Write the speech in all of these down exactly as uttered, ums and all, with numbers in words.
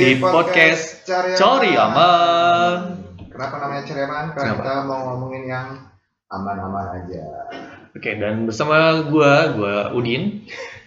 di podcast Cari Aman. Kenapa namanya Cari Aman? Karena Kenapa? Kita mau ngomongin yang aman-aman aja. Oke, dan bersama gua, gua Udin.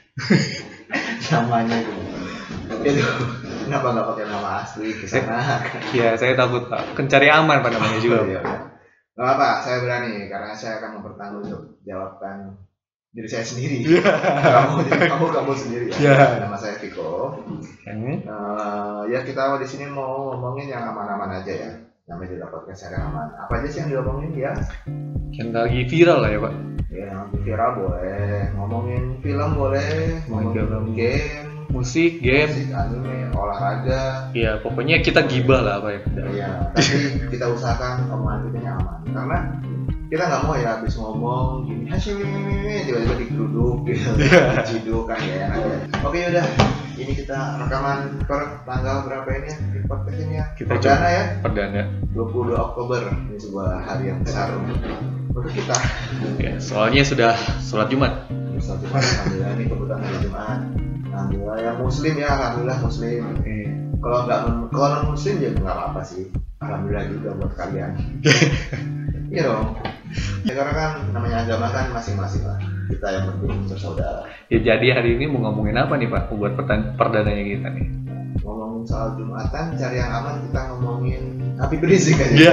Namanya itu. Kenapa nggak pakai nama asli ke sana? Iya, saya takut Pak. Cari Aman Pak namanya juga. Iya. Nggak apa-apa, saya berani karena saya akan mempertanggungjawabkan diri saya sendiri. kamu, kamu, kamu sendiri. Ya. Yeah. Nama saya Viko. Hmm. Uh, ya kita di sini mau ngomongin yang aman-aman aja ya. Namanya juga podcast Cari Aman. Apa aja sih yang diomongin ya? Yang lagi viral lah ya Pak. Ya, yang viral boleh. Ngomongin film boleh. Ngomongin film, game, musik, game, musik, anime, olahraga. Iya, pokoknya kita gibah lah Pak ya. Iya, tapi kita usahakan omongan kita yang aman. Karena kita nggak mau ya habis ngomong gini hasil tiba-tiba digeruduk gitu, diciduk kan ya enak ya. Oke udah, ini kita rekaman per tanggal berapa ini ya di podcast ini ya? Kita perdana ya? Perdana. dua puluh dua Oktober, ini sebuah hari yang besar untuk kita. Ya, soalnya sudah sholat Jumat. Sholat Jumat, alhamdulillah ini kebetulan hari Jumat. Alhamdulillah yang Muslim ya, alhamdulillah Muslim. Hmm. Kalau nggak kalau non Muslim ya nggak apa-apa sih. Alhamdulillah juga buat kalian. Iya dong. Ya karena kan namanya agama kan masing-masing lah. Kita yang penting bersaudara. Ya jadi hari ini mau ngomongin apa nih Pak? Buat pertan- perdananya kita nih. Ngomongin soal Jumatan, cari yang aman kita ngomongin Habib Rizik aja. Iya.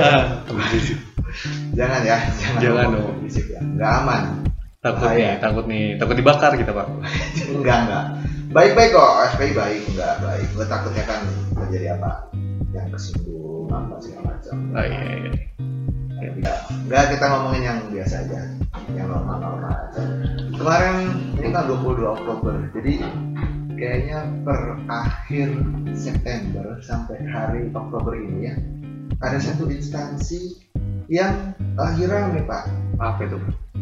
Jangan ya, jangan. Jangan dong. Rizik ya. Enggak aman. Takut nih, takut nih, takut dibakar kita Pak. Enggak, enggak. Baik-baik kok, S P I baik, enggak baik. Gue takutnya kan terjadi apa? Yang kesinggung apa segala macam. Oh iya iya. Enggak, enggak kita ngomongin yang biasa aja, yang normal-normal aja. Kemarin ini kan dua puluh dua Oktober, jadi kayaknya per akhir September sampai hari Oktober ini ya, ada satu instansi yang lagi rame Pak. Apa itu?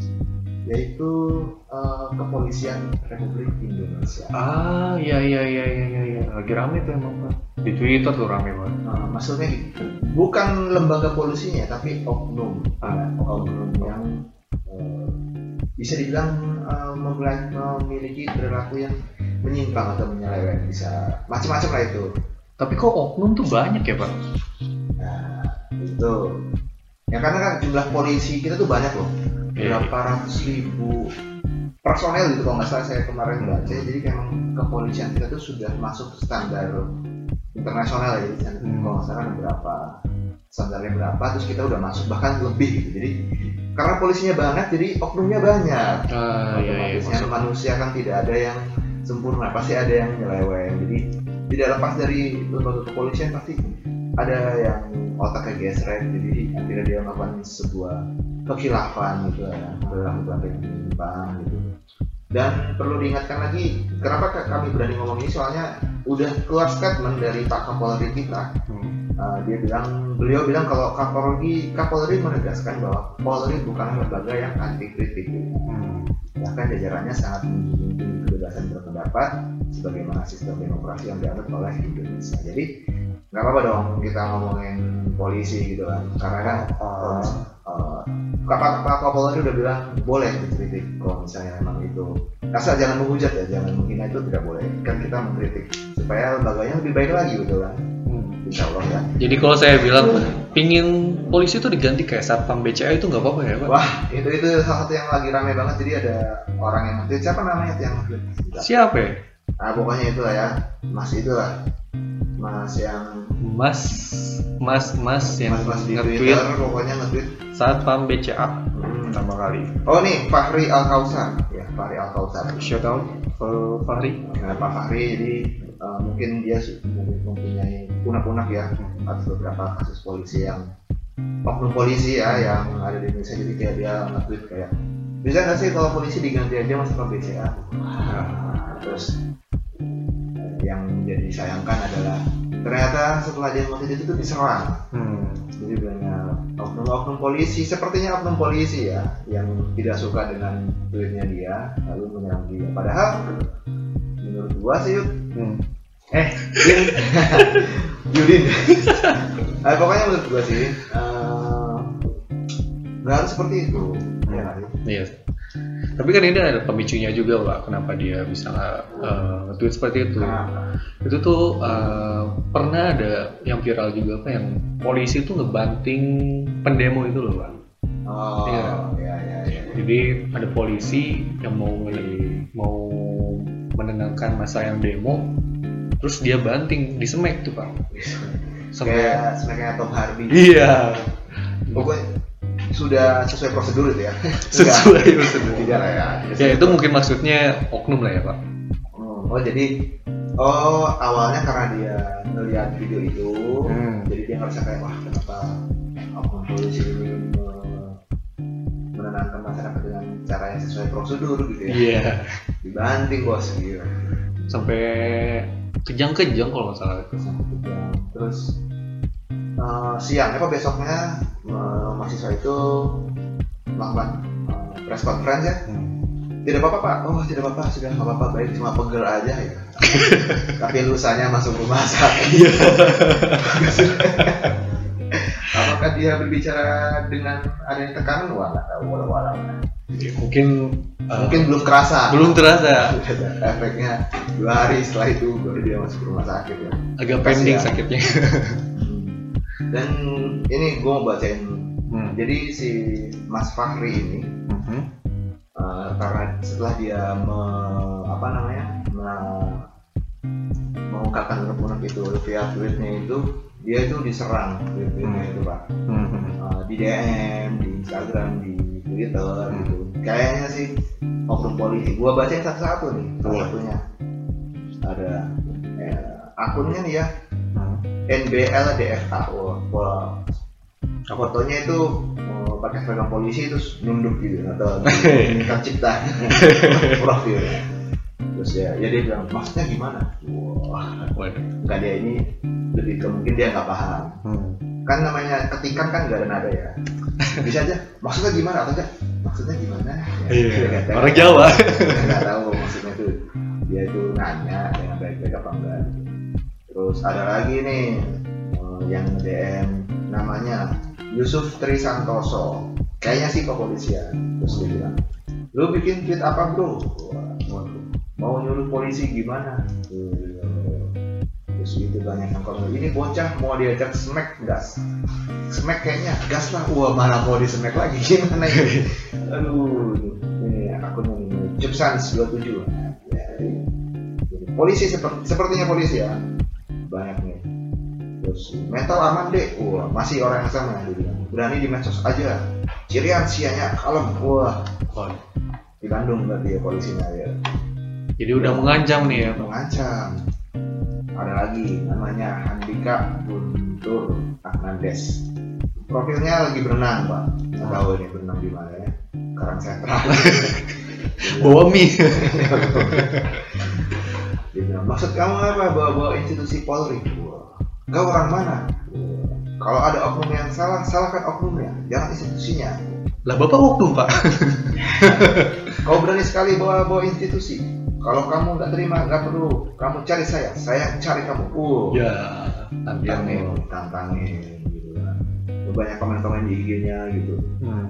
Yaitu uh, Kepolisian Republik Indonesia. Ah iya iya iya iya iya, lagi rame tuh emang Pak. Di Twitter tuh rame banget. Nah, maksudnya bukan lembaga polisinya tapi oknum, ah, oknum yang uh, bisa dibilang uh, memiliki perilaku yang menyimpang atau menyeleweng, bisa macam-macam lah itu. Tapi kok oknum tuh banyak ya Pak? Nah itu, ya karena kan jumlah polisi kita tuh banyak loh, berapa yeah. ratus ribu personel gitu kalau nggak salah saya kemarin baca. Jadi memang kepolisian kita tuh sudah masuk standar internasional ya, jadi hmm. kalau nggak salah ada berapa standarnya berapa, terus kita udah masuk bahkan lebih gitu. Jadi karena polisinya banyak, jadi oknumnya banyak. Ah, iya, iya, manusia kan tidak ada yang sempurna, pasti ada yang nyeleweng. Jadi tidak lepas dari lembaga kepolisian pasti ada yang otaknya gesrek, jadi akhirnya dia melakukan sebuah kekhilafan gitu ya, perilaku yang menyimpang gitu. Dan perlu diingatkan lagi, kenapa kami berani ngomong ini, soalnya udah keluar statement dari Pak Kapolri kita. Hmm. Uh, dia bilang, beliau bilang kalau Kapolri Kapolri menegaskan bahwa Polri bukan lembaga yang anti kritik. Hmm. Bahkan jajarannya sangat menjunjung kebebasan berpendapat sebagaimana sistem demokrasi yang dianut oleh Indonesia. Jadi nggak apa-apa dong kita ngomongin polisi gitu kan, karena kan uh, uh, Pak Kapolri udah bilang boleh dikritik kalau misalnya memang itu, asal jangan menghujat ya, jangan menghina, itu tidak boleh. Kan kita mengkritik supaya lembaganya lebih baik lagi gitu kan. Hmm. Insya Allah ya. Jadi kalau saya bilang pingin polisi itu diganti kayak satpam B C A itu nggak apa-apa ya Pak? Wah itu itu salah satu yang lagi ramai banget. Jadi ada orang yang nge-tweet, siapa namanya tuh yang nge-tweet? Siapa ya? Nah pokoknya itulah ya, Mas itulah, Mas yang Mas Mas Mas yang mas, mas nge-tweet, pokoknya nge-tweet satpam B C A pertama hmm. kali. Oh nih Fahri Al-Kausar ya, Fahri Al-Kausar. Shout out for Fahri. Nah, Pak Fahri jadi uh, mungkin dia mempunyai unak-unak ya atas beberapa kasus polisi yang oknum polisi ya yang ada di Indonesia. Jadi kayak dia nge-tweet kayak, bisa nggak sih kalau polisi diganti aja mas satpam B C A? Nah, terus uh, yang menjadi disayangkan adalah ternyata setelah dia nge-tweet itu tuh diserang. Hmm. Jadi banyak oknum-oknum polisi, sepertinya oknum polisi ya, yang tidak suka dengan tweetnya dia, lalu menyerang dia. Padahal menurut gua sih Yud, hmm. eh Yudin, Yudin, nah, pokoknya menurut gua sih nggak uh, harus seperti itu. Hmm. Ya, iya. Tapi kan ini ada pemicunya juga Pak, kenapa dia bisa uh, nge-tweet seperti itu. Kenapa? Itu tuh uh, pernah ada yang viral juga Pak, yang polisi tuh ngebanting pendemo itu loh Pak. Oh, Iya. ya, ya, ya. Jadi ada polisi yang mau mau menenangkan masa yang demo, terus dia banting, disemek tuh Pak. Sampai Kayak semacamnya Tom Hardy. iya. Pokoknya sudah sesuai prosedur itu ya. Sesuai prosedur. Tidak lah ya. Ya itu mungkin maksudnya oknum lah ya Pak. Oh, oh jadi oh awalnya karena dia melihat video itu, Hmm. jadi dia ngerasa kayak wah kenapa oknum polisi ini me- menenangkan masyarakat dengan cara yang sesuai prosedur gitu ya. Iya. Dibanting bos gitu. Sampai kejang-kejang kalau nggak salah itu. Terus uh, siang apa besoknya uh, mahasiswa itu melakukan uh, press conference ya. Hmm. Tidak apa-apa Pak, oh tidak apa-apa, sudah nggak apa-apa, baik cuma pegel aja ya. Tapi lusanya masuk rumah sakit. Apakah dia berbicara dengan adanya tekanan? Wah nggak tahu, walau-walau. Ya, mungkin uh, Mungkin belum kerasa. belum terasa. Efeknya dua hari setelah itu baru dia masuk rumah sakit ya. Agak pending Kasihan. sakitnya. Dan ini gue mau bacain. Hmm. Jadi si Mas Fahri ini Mhm. uh, karena setelah dia me, apa namanya me- mengungkapkan unek-unek itu via tweetnya itu, dia itu diserang tweetnya Hmm. itu Pak. Mhm. Uh, di D M, di Instagram, di Twitter gitu. Kayaknya sih oknum polisi. Gua bacain satu-satu nih. Salah Boleh. satunya ada eh, akunnya nih ya Hmm. N B L D F A. Wah, wah. Fotonya itu oh, pakai seragam polisi terus nunduk gitu atau meningkat cipta profil. Terus ya, ya dia bilang maksudnya gimana? Wah, Waduh. enggak dia ini lebih ke mungkin dia nggak paham. Hmm. Kan namanya ketikan kan nggak ada nada ya. Bisa aja maksudnya gimana atau enggak maksudnya gimana ya, Iya, dia nggak tahu. orang Jawa. Dia nggak tahu maksudnya tuh dia itu nanya dengan baik-baik apa enggak. Terus ada lagi nih eh, yang D M namanya Yusuf Trisantoso, kayaknya sih kepolisian. Terus dia bilang, lu bikin tweet apa bro? Wah, waduh, mau nyuruh polisi gimana? Terus itu banyak yang komen, ini bocah mau diajak smack gas, smack kayaknya gas lah. Wah mana mau di smack lagi, gimana ini? Aduh, ini akunnya ini Cupsans dua puluh tujuh. Ya, ini. Polisi seperti, sepertinya polisi ya, banyak nih. Terus mental aman deh, wah masih orang yang sama dia bilang. Berani di medsos aja, cirian sianya kalem, wah Waduh. di Bandung berarti ya polisinya ya. Jadi udah mengancam nih ya Pak. Mengancam. Ada lagi namanya Handika Guntur Hernandez. Profilnya lagi berenang Pak. Nggak tahu ini berenang di mana ya. Karang Sentra. Bawa mie. Dia bilang, maksud kamu apa bawa-bawa institusi Polri? Wah, kau orang mana? Wah, kalau ada oknum yang salah, salahkan oknumnya, jangan institusinya. Lah Bapak oknum Pak. Kau berani sekali bawa-bawa institusi. Kalau kamu nggak terima, nggak perlu. Kamu cari saya, saya cari kamu. Uh, Ya, dia nih tantang. tantangin gitu kan. Banyak komen-komen di I G-nya gitu. Hmm.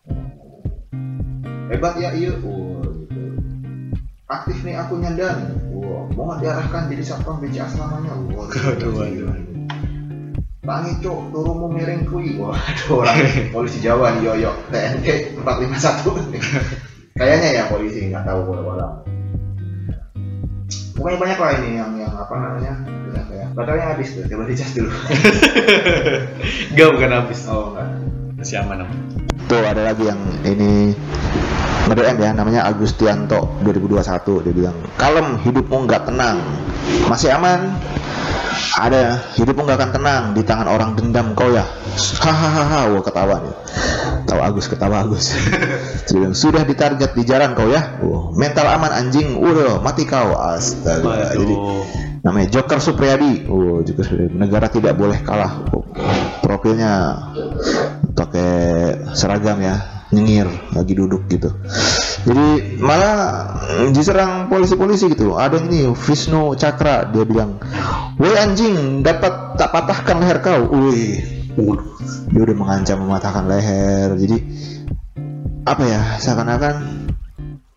Hebat ya iya, uh, gitu. Aktif nih akunnya dan, wah, mau diarahkan jadi satpam B C A selamanya. Wah, Waduh, waduh. Tangi cok, turumu miring kui. Waduh, orang polisi Jawa nih Yoyo T N T empat lima satu. Kayaknya ya polisi, nggak tahu bola-bola. Pokoknya banyak lah ini yang yang apa namanya, udah kayak baterainya habis tuh, coba dicas dulu. Gak, bukan habis. Oh enggak. Masih aman Om. Tuh ada lagi yang ini nge-D M ya, namanya Agustianto dua ribu dua puluh satu. Dia bilang, kalem, hidupmu nggak tenang, masih aman. Ada, hidupmu nggak akan tenang di tangan orang dendam kau ya. Hahaha, wah ketawa nih. Tahu Agus, ketawa Agus. Dia bilang, sudah ditarget di jalan kau ya. Wah, mental aman anjing, udah mati kau. Astaga. Jadi namanya Joker Supriyadi. Oh, Joker Supriyadi. Negara tidak boleh kalah. Oh, profilnya pakai seragam ya, nyengir lagi duduk gitu. Jadi malah diserang polisi-polisi gitu. Ada ini Vishnu Cakra, dia bilang, woi anjing, dapat tak patahkan leher kau. Wih, dia udah mengancam mematahkan leher. Jadi apa ya, seakan-akan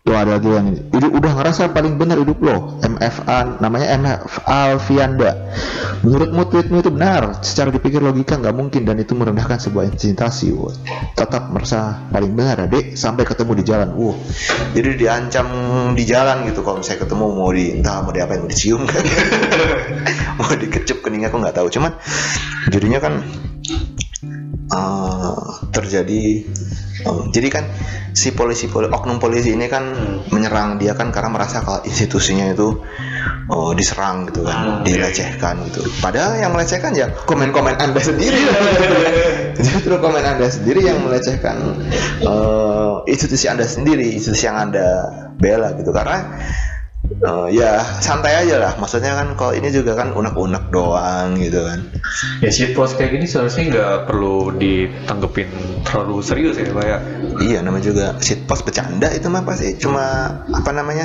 Tuh ada lagi yang ini. Hidup udah ngerasa paling benar hidup lo. M F A namanya M F Alfianda. Menurutmu tweetmu itu benar? Secara dipikir logika nggak mungkin dan itu merendahkan sebuah instansi. Wah, tetap merasa paling benar, adek. Sampai ketemu di jalan. Wah, jadi diancam di jalan gitu. Kalau misalnya ketemu mau di entah mau diapain, mau dicium kan? Mau dikecup keningnya aku nggak tahu. Cuman jadinya kan uh, terjadi. Um, jadi kan si polisi, poli, oknum polisi ini kan menyerang dia kan karena merasa kalau institusinya itu oh, diserang gitu kan, dilecehkan gitu. Padahal yang melecehkan ya komen-komen Anda sendiri. Justru komen Anda sendiri yang melecehkan uh, institusi Anda sendiri, institusi yang Anda bela gitu. Karena Uh, ya santai aja lah, maksudnya kan kalau ini juga kan unek-unek doang gitu kan. Ya shitpost kayak gini seharusnya nggak perlu ditanggepin terlalu serius ya Pak ya. Iya, namanya juga shitpost bercanda itu mah pasti cuma apa namanya,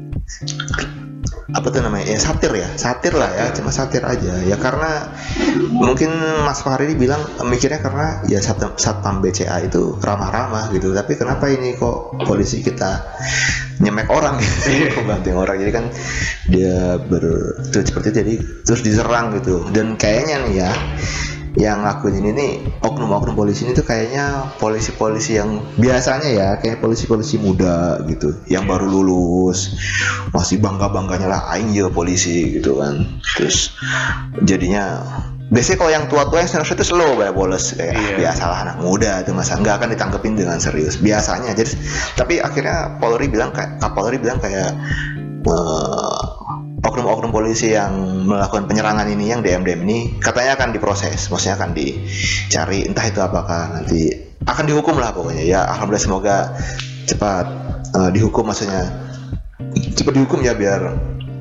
apa tuh namanya, ya satir ya, satir lah ya, cuma satir aja ya. Karena mungkin Mas Fahri bilang mikirnya karena ya satpam, satpam B C A itu ramah-ramah gitu, tapi kenapa ini kok polisi kita nyemek orang gitu, banting orang, jadi kan dia ber tuh seperti itu, jadi terus diserang gitu. Dan kayaknya nih ya yang ngelakuin ini nih oknum-oknum polisi ini tuh kayaknya polisi-polisi yang biasanya ya kayak polisi-polisi muda gitu yang baru lulus, masih bangga-bangganya lah aing ya polisi gitu kan. Terus jadinya biasanya kalau yang tua-tua yang serius itu slow kayak bolos kayak iya. Biasalah anak muda tuh masa nggak akan ditangkepin dengan serius biasanya. Jadi tapi akhirnya Polri bilang kayak Kapolri bilang kayak uh, oknum-oknum polisi yang melakukan penyerangan ini yang D M D M ini katanya akan diproses, maksudnya akan dicari entah itu apakah nanti akan dihukum lah pokoknya ya. Alhamdulillah semoga cepat uh, dihukum, maksudnya cepat dihukum ya biar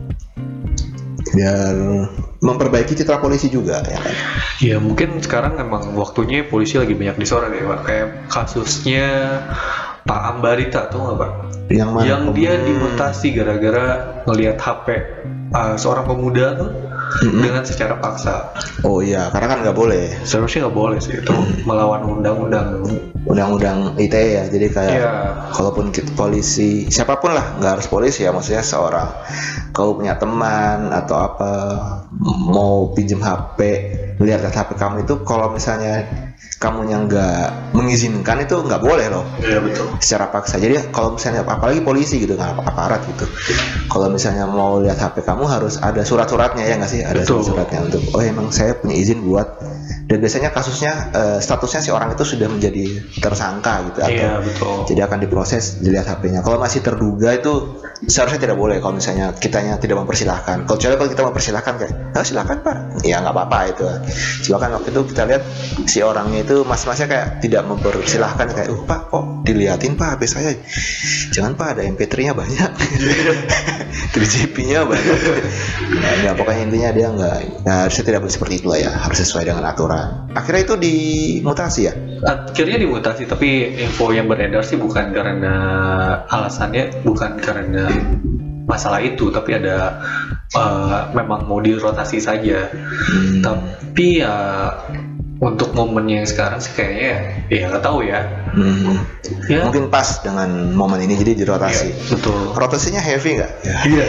biar memperbaiki citra polisi juga ya kan. Ya mungkin sekarang emang waktunya polisi lagi banyak disorot ya Pak, kayak kasusnya Pak Ambarita tuh nggak Pak? Yang mana? Yang dia dimutasi gara-gara ngelihat H P uh, seorang pemuda tuh mm-hmm. dengan secara paksa. Oh iya, karena kan nggak boleh. Seharusnya nggak boleh sih, itu melawan undang-undang. Undang-undang I T E ya, jadi kayak yeah. Kalaupun kita polisi, siapapun lah, nggak harus polisi ya, maksudnya seorang kau punya teman atau apa mau pinjam H P, lihat H P kamu itu, kalau misalnya kamu yang nggak mengizinkan itu nggak boleh loh. Iya betul. Secara paksa. Jadi kalau misalnya apalagi polisi gitu kan, aparat gitu. Kalau misalnya mau lihat H P kamu harus ada surat-suratnya ya nggak sih? Ada betul. Surat-suratnya untuk oh emang saya punya izin buat. Dan biasanya kasusnya uh, statusnya si orang itu sudah menjadi tersangka gitu atau iya, betul. Jadi akan diproses dilihat H P-nya. Kalau masih terduga itu seharusnya tidak boleh kalau misalnya kitanya tidak mempersilahkan. Kalau kalau kita mempersilahkan kayak, oh, silakan Pak. Ya nggak apa-apa itu. Silakan. Waktu itu kita lihat si orangnya itu mas-masnya kayak tidak mempersilahkan kayak, oh Pak kok diliatin Pak H P saya. Jangan Pak, ada M P tiga-nya banyak. tiga G B-nya banyak. Nah, ya, pokoknya intinya dia nggak, nah, harusnya tidak boleh seperti itu lah ya. Harus sesuai dengan aturan. Akhirnya itu dimutasi ya? Akhirnya dimutasi, tapi info yang beredar sih bukan karena alasannya, bukan karena masalah itu, tapi ada uh, memang mau dirotasi saja. Hmm. Tapi ya untuk momennya yang sekarang sih kayaknya ya nggak tahu ya. Hmm. ya. Mungkin pas dengan momen ini jadi dirotasi. Ya, betul. Rotasinya heavy nggak? Iya. Ya.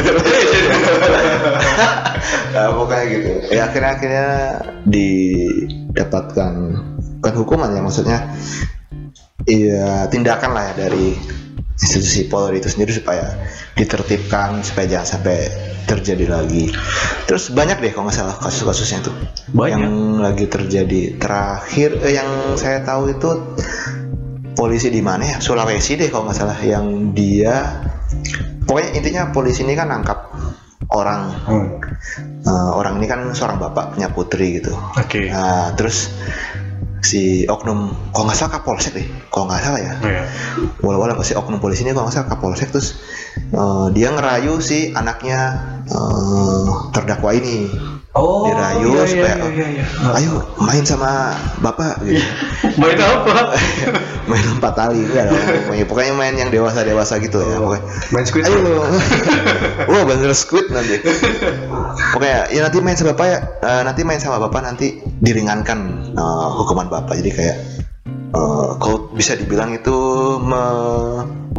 Nah, pokoknya gitu. Ya akhirnya akhirnya didapatkan kan hukuman ya, maksudnya iya tindakan lah ya dari institusi Polri itu sendiri supaya ditertibkan supaya jangan sampai terjadi lagi. Terus banyak deh kalau nggak salah kasus-kasusnya tuh banyak yang lagi terjadi. Terakhir eh, yang saya tahu itu polisi di mana ya, Sulawesi deh kalau nggak salah, yang dia pokoknya intinya polisi ini kan nangkap orang hmm. uh, orang ini kan seorang bapak punya putri gitu. Oke. Okay. Nah, terus si oknum kalau nggak salah Kapolsek deh, kalau nggak salah ya. Yeah. Walau-walau si oknum polisi ini kalau nggak salah Kapolsek, terus uh, dia ngerayu si anaknya uh, terdakwa ini. Oh, dirayu iya, supaya iya, iya, iya. ayo main sama bapak gitu. Main apa? Main lompat tali ya, pokoknya, pokoknya main yang dewasa dewasa gitu ya. Pokoknya main squid. Ayo, wah bener squid nanti. Pokoknya ya nanti main sama bapak ya, uh, nanti main sama bapak nanti diringankan uh, hukuman bapak. Jadi kayak uh, kalau bisa dibilang itu me-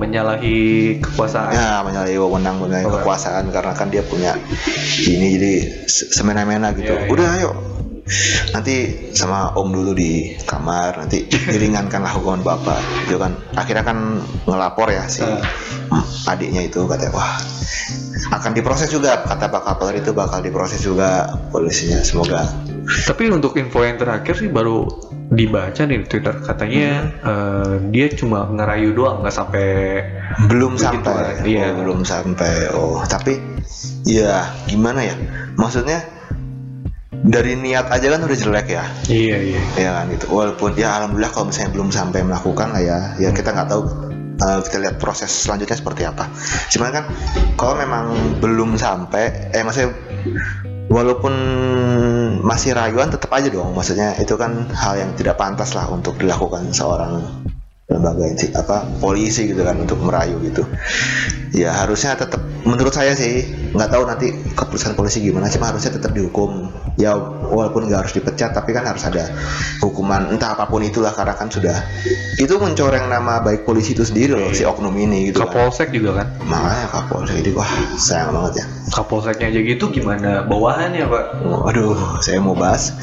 menyalahi kekuasaan. Ya, menyalahi wewenang menyalahi Oh. kekuasaan karena kan dia punya ini jadi se- semena-mena gitu. Iya, iya. Udah ayo. Nanti sama om dulu di kamar, nanti diringankanlah hukuman bapak. Itu kan akhirnya kan ngelapor ya si Ah. adiknya itu katanya wah akan diproses juga, kata Pak Kapolri itu bakal diproses juga polisinya, semoga. Tapi untuk info yang terakhir sih baru dibaca nih di Twitter katanya eh, dia cuma ngerayu doang, nggak sampai Belum Begitu, sampai, iya. oh, belum sampai. Oh, tapi ya gimana ya? Maksudnya dari niat aja kan udah jelek ya, iya iya. ya kan gitu. Walaupun ya alhamdulillah kalau misalnya belum sampai melakukan lah ya, ya kita nggak tahu. Uh, kita lihat proses selanjutnya seperti apa. Cuman kan kalau memang belum sampai, eh maksudnya walaupun masih rayuan tetap aja dong. Maksudnya itu kan hal yang tidak pantas lah untuk dilakukan seorang lembaga inti apa polisi gitu kan untuk merayu gitu. Ya harusnya tetap menurut saya sih, nggak tahu nanti keputusan polisi gimana, cuma harusnya tetap dihukum. Ya walaupun nggak harus dipecat tapi kan harus ada hukuman entah apapun itulah karena kan sudah itu mencoreng nama baik polisi itu sendiri loh si oknum ini gitu kan. Kapolsek juga kan. Makanya Kapolsek jadi wah sayang banget ya. Kapolseknya aja gitu gimana bawahannya Pak? Oh, aduh, saya mau bahas.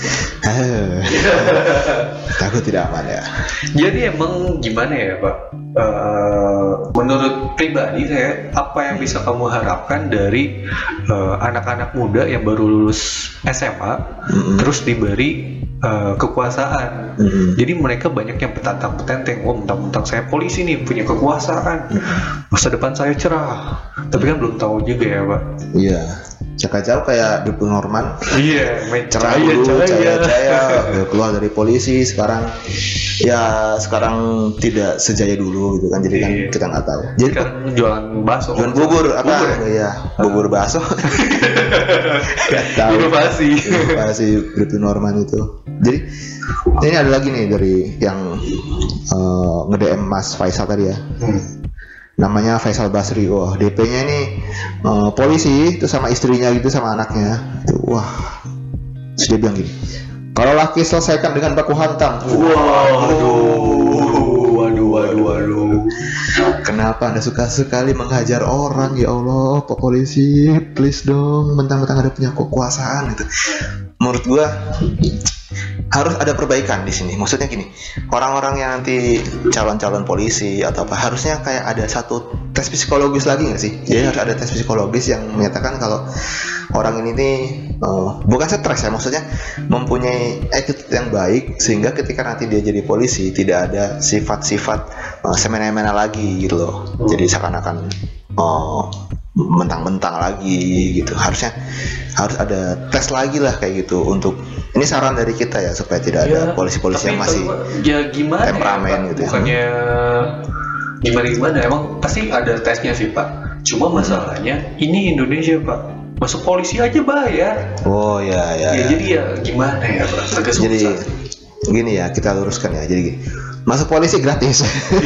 Takut tidak aman ya. Jadi emang gimana ya Pak? Eh, menurut pribadi saya, apa yang bisa kamu harapkan dari eh, anak-anak muda yang baru lulus S M A, Mm-mm. terus diberi eh, kekuasaan? Mm-mm. Jadi mereka banyak yang petantang-petenteng, wah mentang-mentang saya polisi nih punya kekuasaan, masa depan saya cerah. Tapi kan belum tahu juga ya Pak. Iya. Cakap jauh kayak Dupul Norman. Iya, main Cerah cahaya, dulu, cahaya. cahaya-cahaya, udah keluar dari polisi sekarang. Ya sekarang tidak sejaya dulu gitu kan. Jadi kan Iya. kita nggak tahu. Jadi Sekarang jualan bakso. jualan bubur apa? Bubur ya? Iya, bubur bakso. Gak tahu. Inovasi. Inovasi Dupul Norman itu. Jadi ini ada lagi nih dari yang uh, nge-D M Mas Faisal tadi ya. Hmm. Namanya Faisal Basri. Wah, D P-nya ini uh, polisi itu sama istrinya gitu sama anaknya. Itu wah. Terus dia bilang gini. Kalau laki selesaikan dengan baku hantam. Waduh, waduh, waduh, waduh. Kenapa Anda suka sekali menghajar orang ya Allah, Pak Polisi, please dong, mentang-mentang ada punya kekuasaan gitu. Menurut gua harus ada perbaikan di sini. Maksudnya gini, orang-orang yang nanti calon-calon polisi atau apa harusnya kayak ada satu tes psikologis lagi nggak sih? Jadi harus ada tes psikologis yang menyatakan kalau orang ini nih uh, bukan stres ya, maksudnya mempunyai attitude yang baik sehingga ketika nanti dia jadi polisi tidak ada sifat-sifat uh, semena-mena lagi gitu loh. Jadi seakan-akan uh, mentang-mentang lagi gitu. Harusnya harus ada tes lagi lah kayak gitu untuk ini saran dari kita ya supaya tidak ada Ya, polisi-polisi tapi yang masih kalau- ya gimana temperamen ya, Pak? gitu ya. Bukannya gimana gimana emang pasti ada tesnya sih Pak. Cuma masalahnya ini Indonesia Pak, masuk polisi aja bayar. oh ya ya, Ya, ya. jadi ya gimana ya Pak, agak susah. Jadi gini ya, kita luruskan ya. Jadi gini, masuk polisi gratis.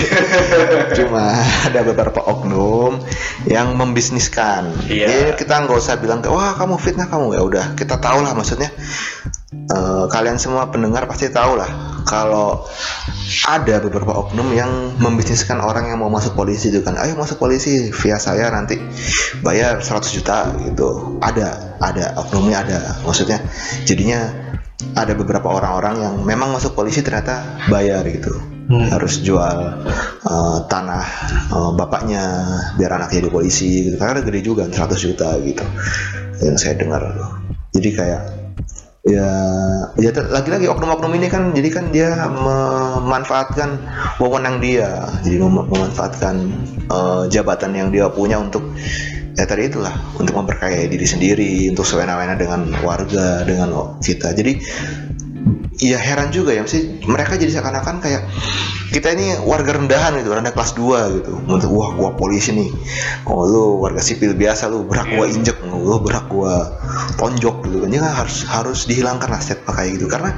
Cuma ada beberapa oknum yang membisniskan. Iya. Jadi kita nggak usah bilang wah kamu fitnah kamu, ya udah kita tahu lah maksudnya. eh, kalian semua pendengar pasti tahu lah kalau ada beberapa oknum yang membisniskan orang yang mau masuk polisi itu kan, ayo masuk polisi via saya nanti bayar seratus juta gitu. Ada, ada oknumnya ada. Maksudnya jadinya ada beberapa orang-orang yang memang masuk polisi ternyata bayar gitu. Hmm. Harus jual uh, tanah uh, bapaknya biar anaknya jadi polisi gitu. Karena gede juga seratus juta gitu yang saya dengar. Jadi kayak ya ya ter- lagi-lagi oknum-oknum ini kan jadi kan dia memanfaatkan wewenang dia, jadi mem- memanfaatkan uh, jabatan yang dia punya untuk ya tadi itulah untuk memperkaya diri sendiri, untuk sewena-wena dengan warga, dengan kita. Jadi ya heran juga ya sih mereka jadi seakan-akan kayak kita ini warga rendahan gitu, rendah kelas dua gitu. Untuk wah gua polisi nih. Oh lu warga sipil biasa, lu berak gua injek, lu berak gua tonjok gitu kan. Ya harus harus dihilangkan lah stigma kayak gitu karena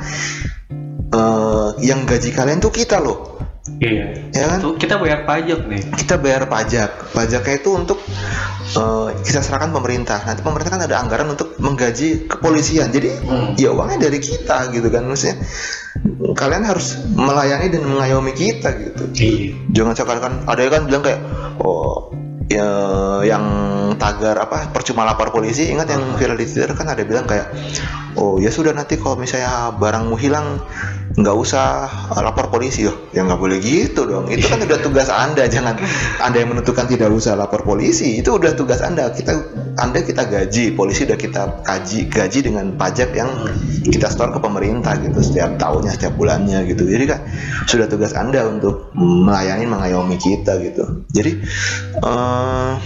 uh, yang gaji kalian tuh kita loh. Iya. Ya kan? Itu kita bayar pajak nih. Kita bayar pajak. Pajaknya itu untuk uh, kita serahkan pemerintah. Nanti pemerintah kan ada anggaran untuk menggaji kepolisian. Jadi Hmm. ya uangnya dari kita gitu kan. Maksudnya kalian harus melayani dan mengayomi kita gitu. Iya. Jangan seakan-akan ada yang kan bilang kayak oh ya, yang tagar apa percuma lapor polisi, ingat yang viral di Twitter kan ada bilang kayak oh ya sudah nanti kalau misalnya barangmu hilang nggak usah lapor polisi. Loh ya nggak boleh gitu dong, itu kan udah tugas anda, jangan anda yang menentukan tidak usah lapor polisi, itu udah tugas anda. Kita anda kita gaji, polisi udah kita kaji gaji dengan pajak yang kita store ke pemerintah gitu setiap tahunnya, setiap bulannya gitu. Jadi kan sudah tugas anda untuk melayani, mengayomi kita gitu. Jadi uh,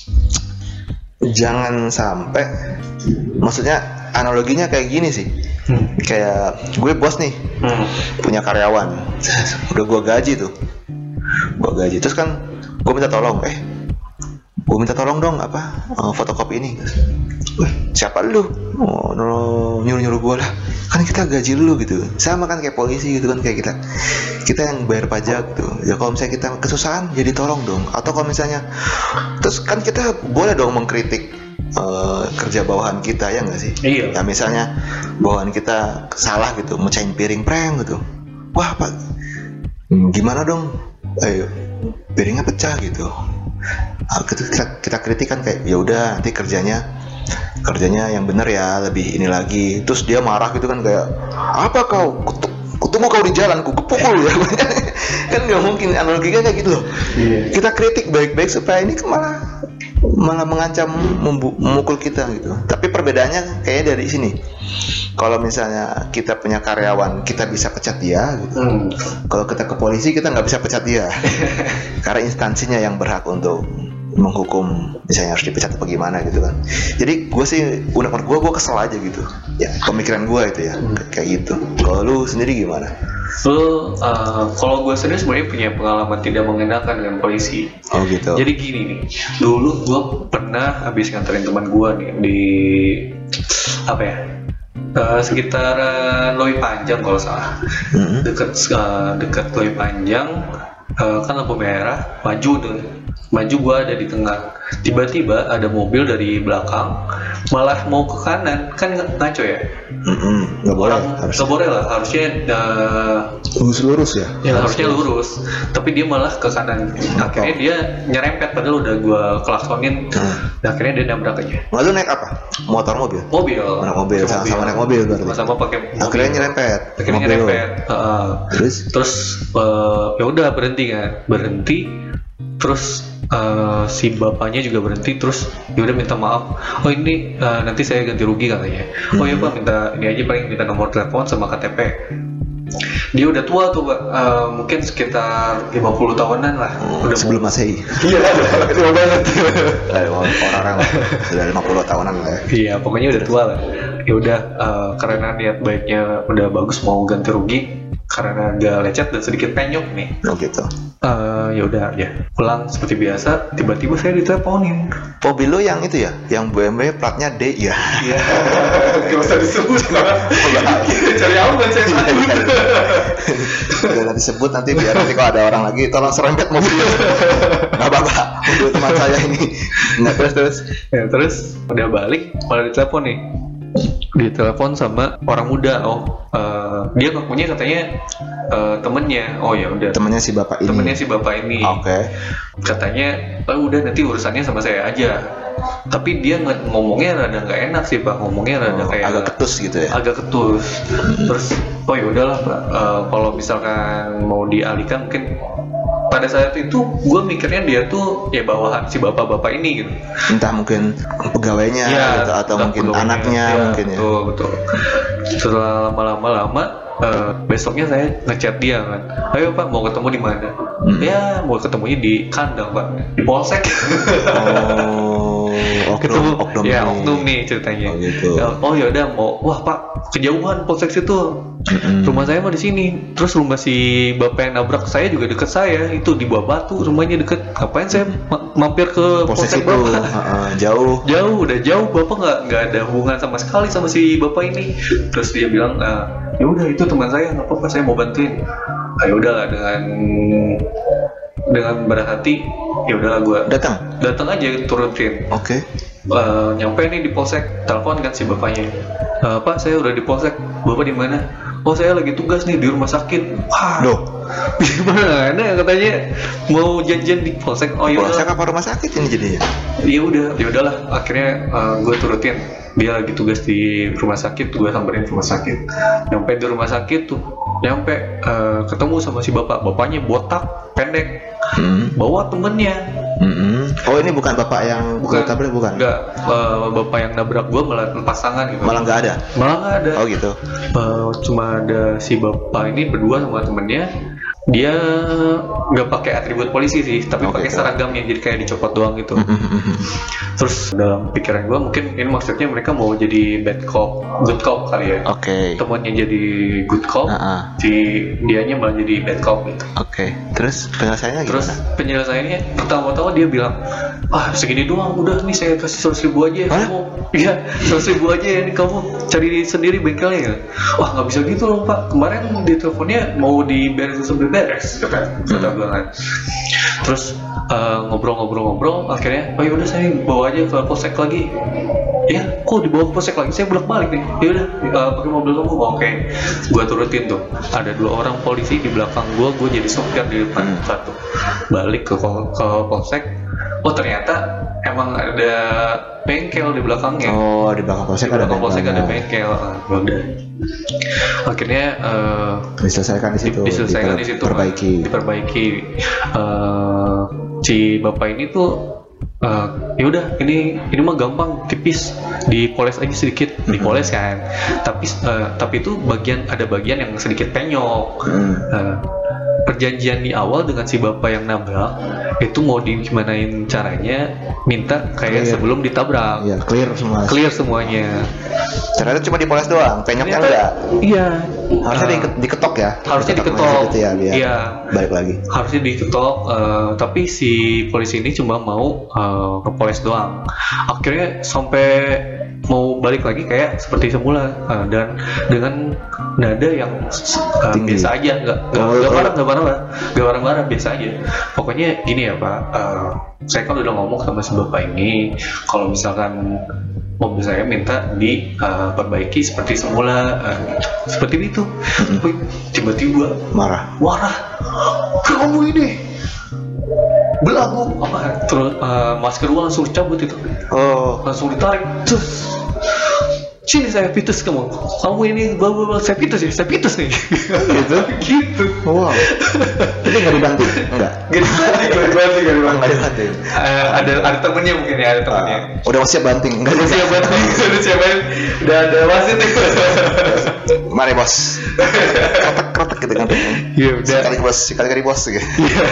jangan sampai, maksudnya analoginya kayak gini sih, hmm. kayak gue bos nih, hmm. punya karyawan, udah gue gaji tuh, gue gaji, terus kan gue minta tolong, eh, gue minta tolong dong apa, uh, fotokopi ini, wah siapa lu, oh, nyuruh nyuruh gue lah, kan kita gaji lu gitu, sama kan kayak polisi gitu kan, kayak kita, kita yang bayar pajak tuh, ya kalau misalnya kita kesusahan, jadi tolong dong, atau kalau misalnya, terus kan kita boleh dong mengkritik Uh, kerja bawahan kita, ya nggak sih? Iya. Ya misalnya bawahan kita salah gitu, mecahin piring prank gitu. Wah pak, gimana dong? Ayo, piringnya pecah gitu. Nah, kita, kita kritik kan kayak, ya udah nanti kerjanya kerjanya yang benar ya, lebih ini lagi. Terus dia marah gitu kan kayak, apa kau? Kutu, kutemu kau di jalan, ku pukul ya. Kan nggak mungkin, analoginya kayak gitu loh. Iya. Kita kritik baik-baik supaya ini malah malah mengancam membu- memukul kita gitu. Tapi perbedaannya kayaknya dari sini. Kalau misalnya kita punya karyawan, kita bisa pecat dia gitu. Hmm. Kalau kita ke polisi, kita nggak bisa pecat dia. Karena instansinya yang berhak untuk menghukum, misalnya harus dipecat atau gimana gitu kan. Jadi gue sih, unek-unek gue, gue kesel aja gitu. Ya pemikiran gue itu ya, hmm. kayak gitu. Kalau lu sendiri gimana? Lu, uh, kalau gue sendiri sebenarnya punya pengalaman tidak mengenakan dengan polisi. Oh gitu. Jadi gini nih, dulu gue pernah habis nganterin teman gue nih di apa ya, uh, sekitaran Loi Panjang kalau salah, mm-hmm. dekat uh, dekat Loi Panjang, uh, kan lampu merah, maju tuh, maju gue ada di tengah. Tiba-tiba ada mobil dari belakang malah mau ke kanan, kan ngaco ya. Mm-mm, nggak boleh, nggak boleh lah, harusnya uh, lurus lurus ya. Ya harusnya lurus, tapi dia malah ke kanan. Akhirnya dia nyerempet, padahal udah gue klaksonin. Hmm. Dan akhirnya dia nabrak aja. Nah, lu naik apa? Motor, mobil? Mobil. Naik mobil, sama-sama naik mobil berarti. Sama-sama pakai mobil. Akhirnya nyerempet. Akhirnya nyerempet. Uh, terus? Terus uh, ya udah berhenti kan, berhenti. Terus uh, si bapaknya juga berhenti, terus ya udah minta maaf. Oh ini uh, nanti saya ganti rugi katanya. Oh ya pak, minta ini aja, paling minta nomor telepon sama K T P. Dia udah tua tuh pak, uh, mungkin sekitar lima puluh tahunan lah. Oh, udah sebelum Masehi. Iya, tua banget. Orang-orang lah, sudah lima puluh tahunan lah ya. Iya, pokoknya udah tua lah. Ya udah, uh, karena niat baiknya udah bagus, mau ganti rugi karena agak lecet dan sedikit penyok nih. Oh gitu. Uh, ya udah ya pulang seperti biasa, tiba-tiba saya diteleponin. Mobil lo yang itu ya, yang B M W platnya D ya. Iya. Gak usah disebut. Cari aman saya takut. Jangan disebut nanti, biar nanti kalau ada orang lagi tolong serempet mobil. Nggak apa-apa, mobil teman saya ini. Nggak, terus terus. Ya terus udah balik, malah ditelepon nih. Ditelepon sama orang muda. Oh uh, dia ngakunya katanya uh, temennya. Oh ya udah, temennya si bapak ini. Temennya si bapak ini. Oke. Okay. Katanya oh udah nanti urusannya sama saya aja. Tapi dia ng- ngomongnya rada nggak enak sih pak. Ngomongnya rada oh, kayak agak ketus gitu ya. Agak ketus. Terus oh ya udahlah pak. Uh, kalau misalkan mau dialihkan, mungkin pada saat itu gue mikirnya dia tuh ya bawahan si bapak-bapak ini gitu. Entah mungkin pegawainya ya, gitu, atau mungkin anaknya ya, mungkin ya. Betul betul. Setelah lama-lama uh, besoknya saya ngechat dia kan. Ayo pak, mau ketemu di mana? Hmm. Ya mau ketemunya di kandang pak, di polsek. Oh, oknum, ketemu oknum ya nih. oknum nih ceritanya. Oh gitu. Oh ya udah mau, wah pak kejauhan polsek situ. Mm-hmm. Rumah saya mah di sini. Terus rumah si bapak yang nabrak saya juga deket saya. Itu di bawah batu, rumahnya deket. Ngapain saya ma- mampir ke polsek, polsek bapak? Uh, jauh. Jauh, udah jauh. Bapak nggak nggak ada hubungan sama sekali sama si bapak ini. Terus dia bilang, ah, ya udah itu teman saya, nggak apa-apa, saya mau bantuin. Ah, ya udahlah, dengan dengan berat hati, ya udahlah gue datang. Datang aja turutin. Oke. Okay. Uh, nyampe nih di polsek, telepon kan si bapaknya. Uh, Pak, saya udah di polsek. Bapak di mana? Oh, saya lagi tugas nih di rumah sakit. Wah, Loh, Gimana? Nah, katanya mau janjian di polsek. Oh ya Polsek apa rumah sakit ini jadinya? Iya udah, ya udahlah. Akhirnya uh, gue turutin. Dia lagi tugas di rumah sakit, gue samperin rumah sakit. Nyampe di rumah sakit tuh, nyampe uh, ketemu sama si bapak. Bapaknya botak, pendek, Hmm. bawa temennya. Mm-mm. Oh ini bukan bapak yang Bukan, tabrak bukan? Enggak, uh, bapak yang nabrak gue malah lepas tangan gitu. Malah nggak ada. Malah nggak ada. Oh gitu. Uh, cuma ada si bapak ini berdua sama temennya. Dia nggak pakai atribut polisi sih, tapi Oh, pakai gitu. seragam yang jadi kayak dicopot doang gitu. Mm-mm. Terus dalam pikiran gue mungkin ini maksudnya mereka mau jadi bad cop, good cop kali ya. Oke. Temannya jadi good cop, Ah, si dianya malah jadi bad cop gitu. Oke. Terus penyelesaiannya Terus gimana? penyelesaiannya pertama-tama dia bilang, ah segini doang udah nih saya kasih seratus ribu aja ya Hah? kamu, iya seratus ribu aja ya kamu cari sendiri bengkelnya ya. Wah nggak bisa gitu loh pak, kemarin di teleponnya mau diberesin sampai beres kata kata gue kan. Terus uh, ngobrol-ngobrol-ngobrol akhirnya oh yaudah saya bawa aja ke polsek lagi. Ya kok dibawa ke polsek lagi, saya bolak balik nih. Yaudah uh, pakai mobil kamu. Oh, oke gue turutin tuh. Ada dua orang polisi di belakang gue, gue jadi sopir di depan Hmm. satu. Balik ke, kol- ke polsek. Oh ternyata emang ada bengkel di belakangnya. Oh di belakang polsek Di ada belakang polsek ada bengkelnya. bengkel. Ah, udah. Akhirnya uh, Diselesaikan di situ. diselesaikan di situ. Diperbaiki. Diperbaiki. Eh, si bapak ini tuh uh, ya udah ini ini mah gampang tipis dipoles aja sedikit dipoles kan. Tapi eh, tapi itu bagian ada bagian yang sedikit penyok. Hmm. Eh, perjanjian di awal dengan si bapak yang nabrak itu mau di gimanain caranya minta kayak Clear. sebelum ditabrak Iya clear semua. clear semuanya. Ternyata cuma dipoles doang. Penyoknya Ternyata- enggak. Iya. Harusnya Eh, di- diketok ya. harusnya Diketok diketok. gitu ya biar Iya. balik lagi. harusnya diketok eh, tapi si polisi ini cuma mau eh, ngepoles doang. Akhirnya sampai mau balik lagi kayak seperti semula eh, dan dengan nada yang eh, Tinggi. biasa aja, nggak nggak Oh, nggak oh. marah nggak marah nggak marah marah biasa aja. Pokoknya gini ya pak, eh, saya kan udah ngomong sama si bapak ini kalau misalkan mobil saya minta diperbaiki seperti semula, eh, seperti itu. Wih, tiba-tiba Marah. marah, kamu ini belagu apa? Terus eh, masker gua langsung dicabut itu, Oh. langsung ditarik. Terus sini saya pitus kamu, kamu ini bla bla bla, saya pitus ya, saya pitus nih. Gitu? gitu. Wow. Tapi nggak dibantu? Enggak. Gak dibanting, gak dibanting, gak Enggak dibanting. dibantu. Eh, ada ada temennya mungkin ya, ada temennya. Ah, udah siap banting. Enggak Udah siap banget, udah siap banget, udah ada wasit nih. Mari bos. Krotek-krotek gitu kan. Iya udah. Sekali bos, sekali-kali bos gitu.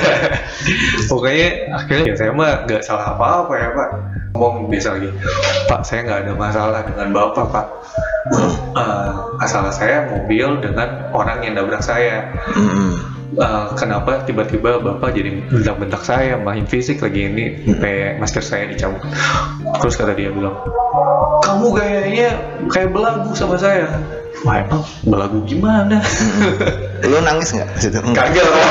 Pokoknya akhirnya ya saya mah nggak salah apa-apa ya pak. Ngomong biasa lagi, Pak saya nggak ada masalah dengan bapak pak. Eh, masalah saya mobil dengan orang yang nabrak saya. Mm-mm. Eh, kenapa tiba-tiba bapak jadi bentak-bentak saya, main fisik lagi ini, sampai masker saya dicabut. Terus kata dia bilang, kamu kayaknya kayak belagu sama saya. Wah emang belagu gimana? Lu nangis nggak di situ? Enggak. Kagak lah.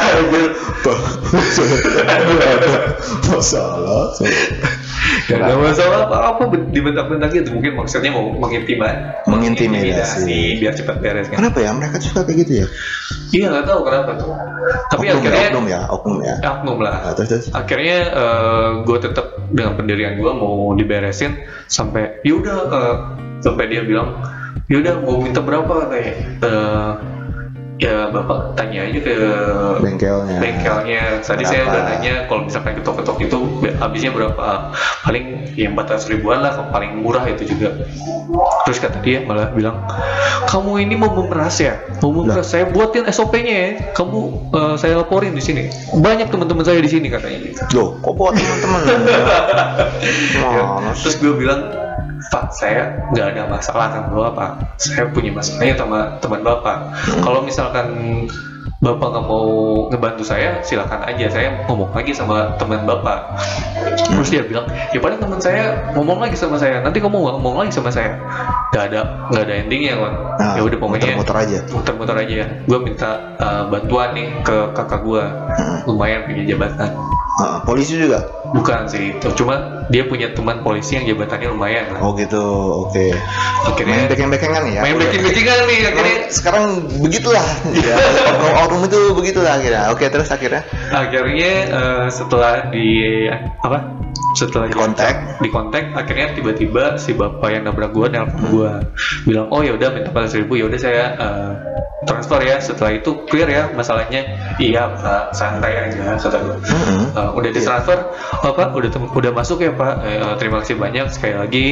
Masalah. Gak ada masalah apa-apa dibentak-bentak gitu. Mungkin maksudnya mau mengintimidasi, Mengintimidasi. biar cepat beres kan. Kenapa ya mereka suka kayak gitu ya? Iya nggak tahu kenapa tuh. Tapi Oknum akhirnya ya, oknum ya, oknum ya. oknum lah. Nah, terus terus. Akhirnya gue tetap dengan pendirian gue mau diberesin sampai yaudah uh, sampai dia bilang yaudah mau minta berapa katanya. Uh, ya bapak tanya aja ke Bengkelnya. bengkelnya. Tadi saya Berapa? udah nanya kalau misalkan ketok-ketok itu habisnya berapa, paling ya empat ratus ribuan lah, paling murah itu juga. Terus kata dia malah bilang, kamu ini mau memeras ya, mau memeras, saya buatin S O P-nya ya, kamu eh, saya laporin di sini, banyak teman-teman saya di sini katanya gitu. Loh, kok buat teman-teman? Ya, Mas. terus gue bilang, Pak saya nggak ada masalah sama bapak, saya punya masalahnya sama teman bapak. Kalau misalkan bapak nggak mau ngebantu saya, silakan aja, saya ngomong lagi sama teman bapak. Terus dia bilang, ya paling teman saya ngomong lagi sama saya, nanti kamu nggak ngomong lagi sama saya. Nggak ada nggak ada endingnya kan. Nah, Ya udah pokoknya muter-muter aja. muter-muter aja. Gue minta uh, bantuan nih ke kakak gue, Hmm. lumayan punya jabatan. Uh, polisi juga? Bukan sih, cuma dia punya teman polisi yang jabatannya lumayan lah. Oh gitu, oke. Okay. Akhirnya main backing-backingan ya? Main backing-backingan nih akhirnya. Sekarang begitulah. Ya, oknum itu begitulah akhirnya. Oke, terus akhirnya? Akhirnya uh, setelah di apa? Setelah di kontak, di kontak, akhirnya tiba-tiba si bapak yang nabrak gua nelpon gua, bilang, oh ya udah minta empat ratus ribu, ya udah saya uh, transfer ya. Setelah itu clear ya masalahnya. Iya pak, santai aja kata gua. Mm-hmm. Uh, udah ditransfer, oh, pak udah tem- udah masuk ya pak. Uh, terima kasih banyak sekali lagi.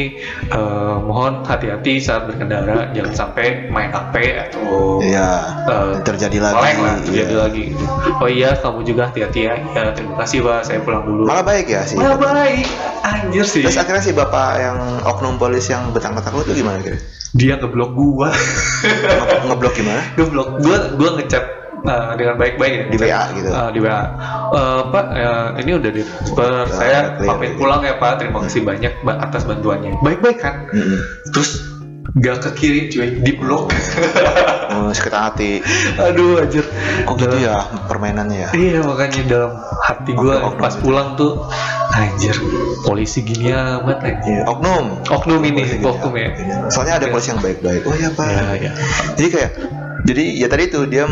Uh, mohon hati-hati saat berkendara, jangan sampai main H P atau iya, uh, terjadi lagi. Oleng lah, terjadi iya. lagi. Oh iya, kamu juga hati-hati ya. Ya terima kasih pak, saya pulang dulu. Malah baik ya sih. Malah baik, anjir sih. Terus akhirnya si bapak yang oknum polis yang betang-betang lu tuh gimana kira? Dia ngeblok gua. Nge- ngeblok gimana? Ngeblok gua, gua ngechat uh, dengan baik-baik ya. Di W A gitu. Uh, di W A. Uh, Pak, uh, ini udah di transfer. Ya, saya clear, pamit gitu. pulang ya Pak. Terima kasih banyak Mbak atas bantuannya. Baik-baik kan? Mm-hmm. Terus gak kekirim cuy, di blok. Oh, sakit hati. Aduh anjir. Kok gitu ya permainannya ya? Iya, makanya dalam hati gue Oknum-oknum pas gitu. pulang tuh anjir, polisi gini amat anjir. Oknum. Oknum ini, Polisi gitu oknum ya. Soalnya ada polisi yang baik-baik. Oh ya pak. Ya, ya. Jadi kayak, jadi ya tadi tuh dia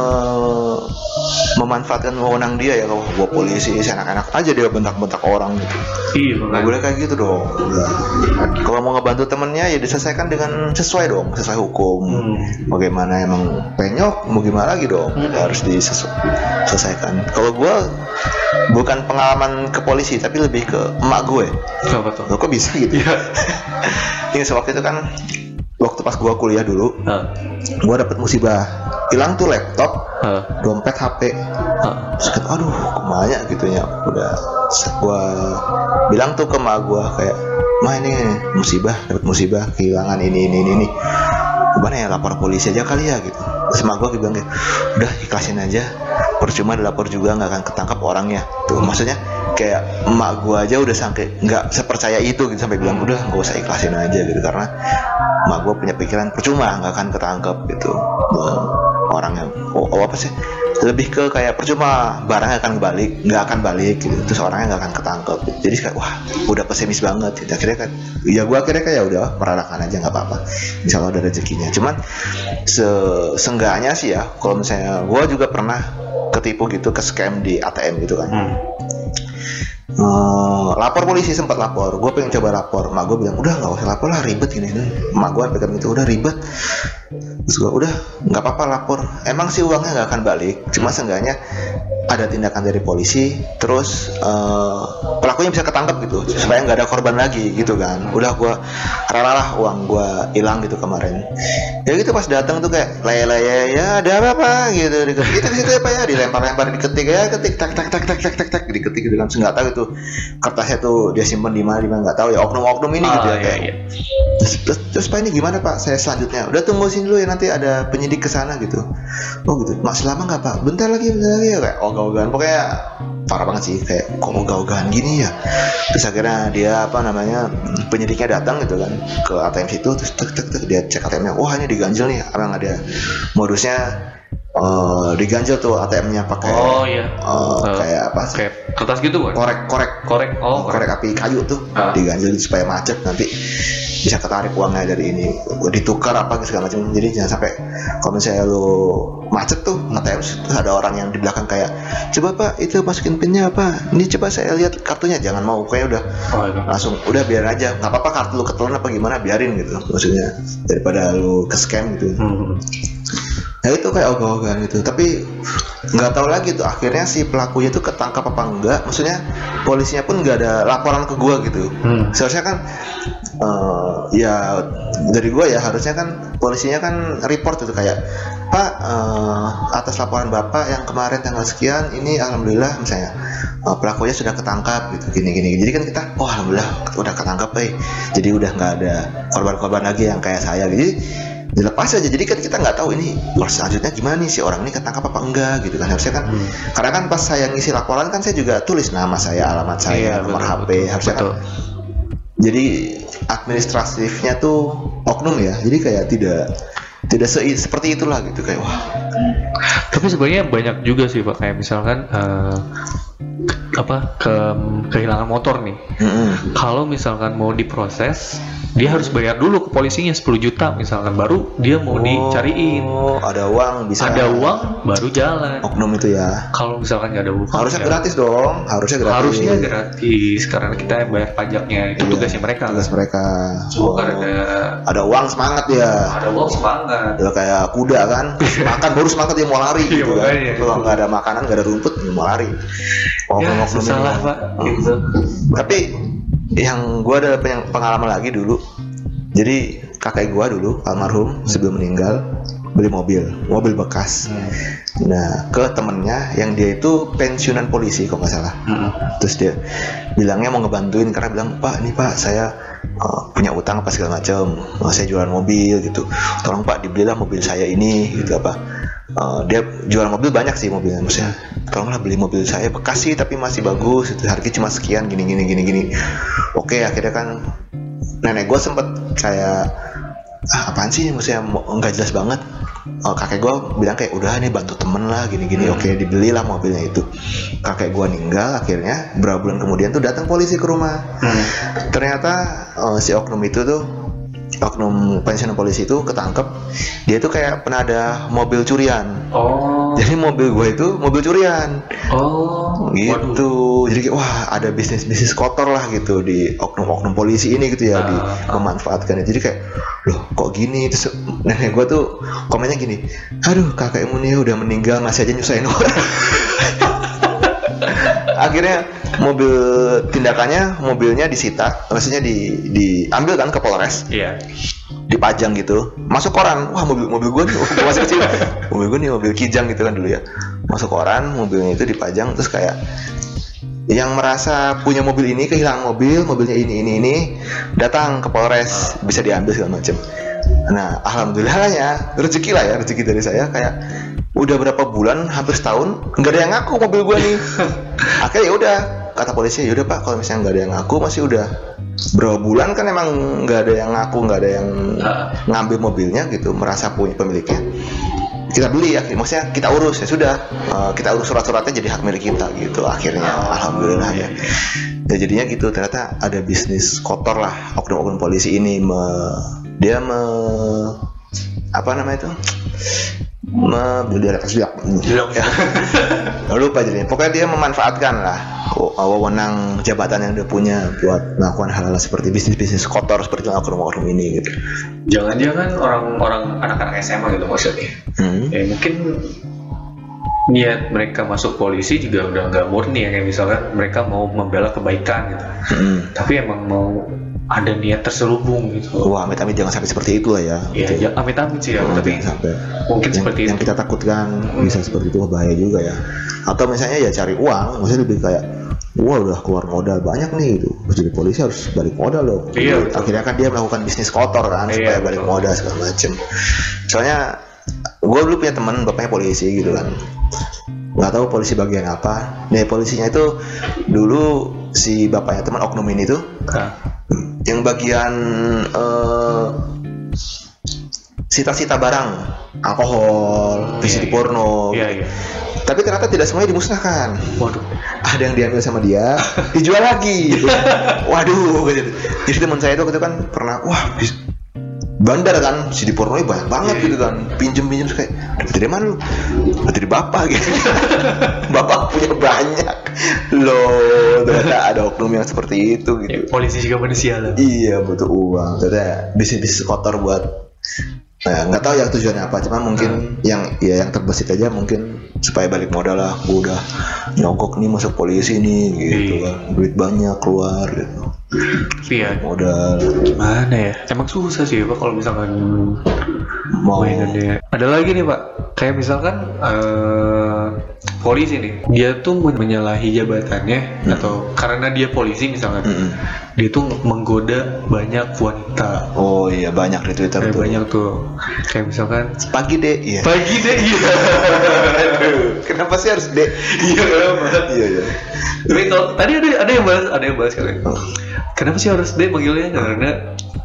me- memanfaatkan wewenang dia ya. Kalau gua polisi, enak-enak aja dia bentak-bentak orang gitu. Iya, Nggak makanya. boleh kayak gitu dong. Udah. Kalau mau ngebantu temennya ya diselesaikan dengan sesuai dong, sesuai hukum. Hmm. Bagaimana emang penyok, mau gimana lagi dong? Hmm. Harus diselesaikan. Kalau gua bukan pengalaman ke polisi, tapi lebih ke emak gue. Apa tuh? Loh, kok bisa gitu? Iya. Ini sewaktu itu kan, waktu pas gua kuliah dulu, Heeh. gua dapet musibah. Hilang tuh laptop, Heeh. dompet, H P. Heeh. Terus kata, aduh, kemana gitu ya. Udah, gua bilang tuh ke emak gua kayak, "Ma, ini musibah, dapat musibah, kehilangan ini ini ini ini. Gimana ya, lapor polisi aja kali ya gitu." Terus emak gua bilang kayak, "Udah, ikhlasin aja. Percuma dilapor juga nggak akan ketangkap orangnya." Tuh maksudnya kayak emak gua aja udah sampai nggak sepercaya itu gitu, sampai bilang udah nggak usah ikhlasin aja gitu, karena emak gua punya pikiran percuma nggak akan ketangkep gitu. Nah, orangnya oh, oh apa sih, lebih ke kayak percuma barangnya akan balik nggak akan balik gitu, terus orangnya nggak akan ketangkep gitu. Jadi kayak wah udah pesimis banget gitu. Akhirnya kan ya gua akhirnya kayak ya udah merelakan aja nggak apa-apa, insya Allah ada rezekinya. Cuman se seenggaknya sih ya, kalau misalnya gua juga pernah ketipu gitu, ke scam di A T M gitu kan. Hmm. Uh, lapor polisi, sempat lapor, gue pengen coba lapor, emak gue bilang udah nggak usah lapor lah, ribet gini gini. Emak gue pegang itu udah ribet, terus gue udah nggak apa-apa lapor, emang sih uangnya nggak akan balik, cuma seenggaknya ada tindakan dari polisi, terus uh, pelakunya bisa ketangkep gitu, supaya nggak ada korban lagi gitu kan. Udah gue rela lah uang gue hilang gitu kemarin. Ya gitu pas datang tuh kayak leye-leye, ya ada apa-apa gitu, diketik itu di situ apa ya, dilempar-lempar, diketik ya, ketik tak tak tak tak tak tak tak, diketik gitu kan, nggak tahu itu kertasnya tuh dia simpen di mana di mana nggak tahu ya, oknum-oknum ini Ah, gitu ya iya, kayak. iya. Terus, terus, terus Pak ini gimana Pak? Saya selanjutnya udah tunggu sini dulu ya, nanti ada penyidik kesana gitu. Oh gitu, masih lama nggak Pak? Bentar lagi, bentar lagi ya kayak ogah-ogahan, pokoknya parah banget sih, kayak kok ogah-ogahan gini ya. Terus akhirnya dia apa namanya, penyidiknya datang gitu kan ke A T M situ, terus tek tek tek dia cek A T M-nya, wah ini diganjel nih, emang ada modusnya uh, diganjel tuh A T M-nya pakai Oh iya. uh, Uh, kayak apa sih? Kayak kertas gitu kan? korek korek Korek. Oh, korek api kayu tuh, Ah. diganjel supaya macet, nanti bisa ketarik uangnya dari ini, ditukar apa segala macam. Jadi jangan sampai kalau misalnya lu macet tuh A T M, terus ada orang yang di belakang kayak, coba Pak itu masukin pinnya apa, ini coba saya lihat kartunya, jangan mau, kayak udah Oh, iya. langsung udah biar aja, nggak apa-apa kartu lu ketelan apa gimana, biarin gitu maksudnya, daripada lu ke scam gitu. Hmm. Nah itu kayak ogah-ogahan gitu, tapi nggak tahu lagi tuh akhirnya si pelakunya tuh ketangkap apa enggak, maksudnya polisinya pun nggak ada laporan ke gua gitu. Hmm. Seharusnya kan uh, ya dari gua ya harusnya kan polisinya kan report itu kayak, Pak uh, atas laporan Bapak yang kemarin tanggal sekian ini alhamdulillah misalnya uh, pelakunya sudah ketangkap gitu, gini-gini. Jadi kan kita oh alhamdulillah udah ketangkap, eh jadi udah nggak ada korban-korban lagi yang kayak saya. Jadi dilepas aja, jadi kan kita nggak tahu ini proses selanjutnya gimana nih, si orang ini ketangkap apa enggak gitu kan. Harusnya kan Hmm. karena kan pas saya ngisi laporan kan saya juga tulis nama saya, alamat saya, Iya, nomor betul, H P, betul, harusnya betul. kan jadi administratifnya tuh oknum ya, jadi kayak tidak tidak se- seperti itulah gitu, kayak wah Tapi sebenarnya banyak juga sih Pak, kayak misalkan uh, apa ke kehilangan motor nih. Mm-mm. Kalau misalkan mau diproses, dia harus bayar dulu ke polisinya sepuluh juta misalkan, baru dia mau dicariin. Oh, ada uang bisa. Ada uang baru jalan. Oknum itu ya. Kalau misalkan nggak ada uang, Harusnya ya gratis dong. Harusnya gratis. harusnya gratis karena kita yang bayar pajaknya, itu Iya, tugasnya mereka. Tugas mereka. Cuma Oh. karena Ada uang semangat ya. ada uang semangat. Ya kayak kuda kan, makan baru semangat dia mau lari Iya, gitu kan. makanya. Kalau nggak ada makanan, nggak ada rumput, dia mau lari. Ya Oknum-oknum susah ini. lah pak. Gitu. Tapi yang gue ada peng- pengalaman lagi dulu. Jadi kakek gue dulu almarhum sebelum meninggal beli mobil, mobil bekas. Nah ke temennya yang dia itu pensiunan polisi kalau nggak salah. Hmm. Terus dia bilangnya mau ngebantuin karena bilang, Pak nih Pak saya uh, punya utang apa segala macam, uh, saya jualan mobil gitu, tolong Pak dibelilah mobil saya ini gitu apa. Uh, dia jual mobil banyak sih mobilnya, maksudnya tolonglah beli mobil saya bekas sih tapi masih bagus, itu harga cuma sekian gini gini gini gini. Oke akhirnya kan nenek gue sempet kayak ah apaan sih maksudnya nggak jelas banget. Oh, kakek gue bilang kayak udah nih bantu temen lah gini-gini. Hmm. Oke dibelilah mobilnya itu. Kakek gue meninggal akhirnya berapa bulan kemudian tuh datang polisi ke rumah. Hmm. Ternyata uh, si oknum itu tuh oknum pensiunan polisi itu ketangkep. Dia tuh kayak pernah ada mobil curian. Oh. Jadi mobil gue itu mobil curian. Oh. Gitu. Waduh. Jadi kayak wah ada bisnis-bisnis kotor lah gitu di oknum-oknum polisi ini gitu ya, Ah, di ah. memanfaatkan. Jadi kayak loh kok gini. Terus nenek gue tuh komennya gini, aduh kakekmu nih udah meninggal masih aja nyusahin orang. Akhirnya mobil tindakannya mobilnya disita, maksudnya di diambil kan ke Polres, Iya. dipajang gitu, masuk koran. Wah mobil mobil gue nih, waktu masih kecil, mobil gue nih mobil Kijang gitu kan dulu ya, masuk koran, mobilnya itu dipajang. Terus kayak yang merasa punya mobil ini kehilangan mobil, mobilnya ini ini ini datang ke Polres, bisa diambil segala macam. Nah alhamdulillahnya rezeki lah ya, rezeki dari saya kayak udah berapa bulan hampir setahun nggak ada yang ngaku mobil gue nih. Akhirnya ya udah kata polisi, ya udah Pak kalau misalnya nggak ada yang ngaku, masih udah berapa bulan kan emang nggak ada yang ngaku, nggak ada yang ngambil mobilnya gitu, merasa punya pemiliknya, kita beli ya, maksudnya kita urus ya sudah, uh, kita urus surat-suratnya jadi hak milik kita gitu. Akhirnya alhamdulillah ya. Ya jadinya gitu, ternyata ada bisnis kotor lah oknum-oknum polisi ini. Me, dia me apa namanya itu? Me dia atas dia. Ya. Lupa jadinya. Pokoknya dia memanfaatkan lah wewenang jabatan yang dia punya buat melakukan hal-hal seperti bisnis-bisnis kotor seperti oknum-oknum ini gitu. Jangan-jangan orang-orang anak-anak S M A gitu maksudnya. Hmm. Ya mungkin niat mereka masuk polisi juga udah nggak murni ya, kayak misalkan mereka mau membela kebaikan gitu. Hmm. Tapi emang mau ada niat terselubung gitu. Wah, amit-amit jangan sampai seperti itu lah ya. Iya, gitu. ya, amit-amit sih ya, Oh, tapi jangan sampai. mungkin yang, seperti yang itu. kita takutkan bisa seperti itu, bahaya juga ya. Atau misalnya ya cari uang, maksudnya lebih kayak wah udah keluar modal banyak nih gitu, terus jadi polisi harus balik modal loh. Iya, betul. Akhirnya kan dia melakukan bisnis kotor kan, Iya, supaya balik betul. modal segala macem. Soalnya gue dulu punya teman bapaknya polisi gitu kan, nggak tahu polisi bagian apa. Nih polisinya itu dulu si bapaknya teman oknum ini tuh Nah, yang bagian eh, sita-sita barang, alkohol, V C D Iya, porno. iya, gitu. iya. Tapi ternyata tidak semuanya dimusnahkan. Waduh. Ada yang diambil sama dia, dijual lagi. Gitu. Waduh, gitu. Jadi teman saya itu, itu kan pernah, wah, bis- bandar kan, C D pornonya banyak banget gitu kan, pinjem-pinjem kayak, dapat dari mana lu? Dapat dari bapak gitu. Bapak punya banyak. Loh, ternyata ada oknum yang seperti itu Ya, gitu. polisi juga manusia lah. Iya, butuh uang. Ternyata bisnis-bisnis kotor buat, nah, nggak tahu ya tujuannya apa, cuma mungkin yang ya yang terbesit aja mungkin supaya balik modal lah. Gue udah nyogok nih masuk polisi nih gitu Iya. kan, duit banyak keluar gitu, Tapi ya modal gimana ya? Emang susah sih Pak kalau misalkan mau mainannya. Ada lagi nih Pak, kayak misalkan eh, polisi nih, dia tuh men- menyalahi jabatannya atau karena dia polisi misalkan, Mm-mm. dia tuh menggoda banyak wanita. Oh iya banyak di Twitter Kayak tuh. banyak tuh, kayak misalkan Pagi deh, iya. pagi deh, iya. Aduh, kenapa sih harus deh? Iya kenapa? Iya iya. Tapi kalau tadi ada ada yang bahas, ada yang bahas kali. Oh. Kenapa sih harus deh manggilnya? Karena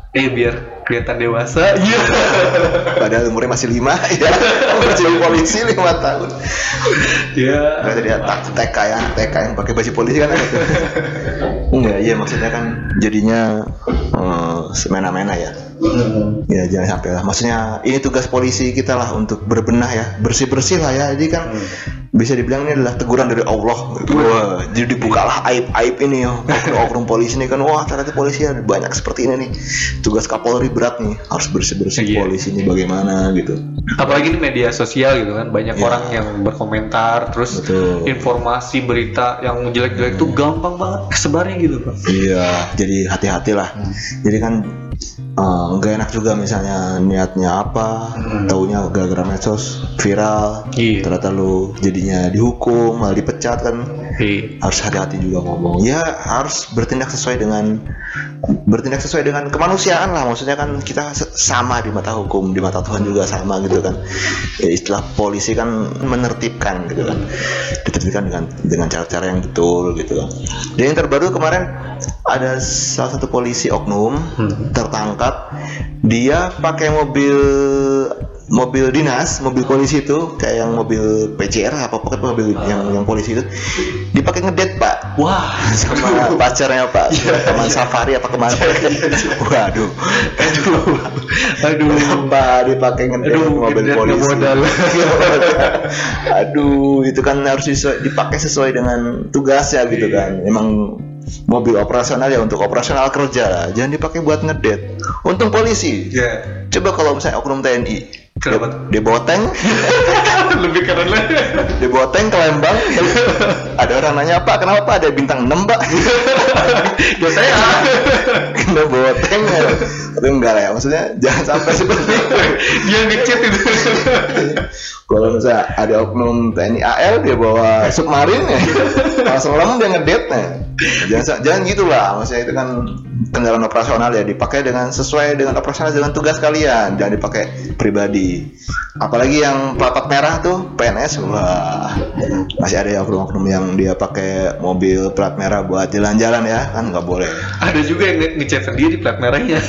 Eh biar kelihatan dewasa. Iya. Padahal umurnya masih lima ya. Udah jadi polisi lima tahun. Ya. Berarti dia tak T K ya, T K yang pakai baju polisi kan ada tuh. Enggak, iya maksudnya kan jadinya uh, semena-mena ya. Hmm. Ya jangan sampai lah. Maksudnya ini tugas polisi kita lah untuk berbenah ya, bersih-bersih lah ya. Jadi kan hmm. bisa dibilang ini adalah teguran dari Allah. Wah, jadi dibukalah aib-aib ini ya. Oknum polisi ini kan, wah ternyata polisi ada banyak seperti ini nih. Tugas Kapolri berat nih, harus bersih-bersih iya. polisi ini bagaimana gitu. Apalagi di media sosial gitu kan, banyak Iya. orang yang berkomentar, terus Betul. informasi berita yang jelek-jelek tuh gampang banget kesebarnya gitu Pak. Iya, jadi hati-hatilah. Hmm. Jadi kan nggak uh, enak juga misalnya niatnya apa, hmm. taunya gara-gara medsos viral, iya. ternyata lu jadinya dihukum, malah dipecat kan. Iya. Harus hati-hati juga ngomong. Ya harus bertindak sesuai dengan bertindak sesuai dengan kemanusiaan lah. Maksudnya kan kita sama di mata hukum, di mata Tuhan juga sama gitu kan. Ya, istilah polisi kan menertibkan gitu kan, ditertibkan dengan dengan cara-cara yang betul gitu kan. Dan yang terbaru kemarin ada salah satu polisi oknum hmm. tertangkap, dia pakai mobil mobil dinas, mobil polisi itu kayak yang mobil P C R apa pokoknya mobil uh. yang yang polisi itu dipakai ngedet Pak. Wah, sama pacarnya Pak, teman safari apa kemana? Waduh, aduh, aduh, Pak dipakai ngedet mobil polisi. Aduh, itu kan harus disesuai, dipakai sesuai dengan tugasnya gitu kan. Emang mobil operasional ya untuk operasional kerja lah, jangan dipakai buat ngedet. Untung polisi. Yeah. Coba kalau misalnya oknum T N I, kenapa? Dia, dia bawa tank, lebih keren lagi. Dia bawa tank ke Lembang. Ada orang nanya Pak, kenapa Pak ada bintang enam Pak? Ya saya. Kena bawa tank ya. Tapi enggak lah ya, maksudnya jangan sampai seperti itu. Dia ngechat itu. Kalau misalnya ada oknum T N I A L dia bawa submarin ya, langsung lama dia ngedet ya. Jangan jangan gitulah, maksudnya itu kan kendaraan operasional ya, dipakai dengan sesuai dengan operasional dengan tugas kalian, jangan dipakai pribadi. Apalagi yang plat merah tuh P N S, wah masih ada ya oknum-oknum yang dia pakai mobil plat merah buat jalan-jalan ya, kan nggak boleh. Ada juga yang ngecat sendiri plat merahnya.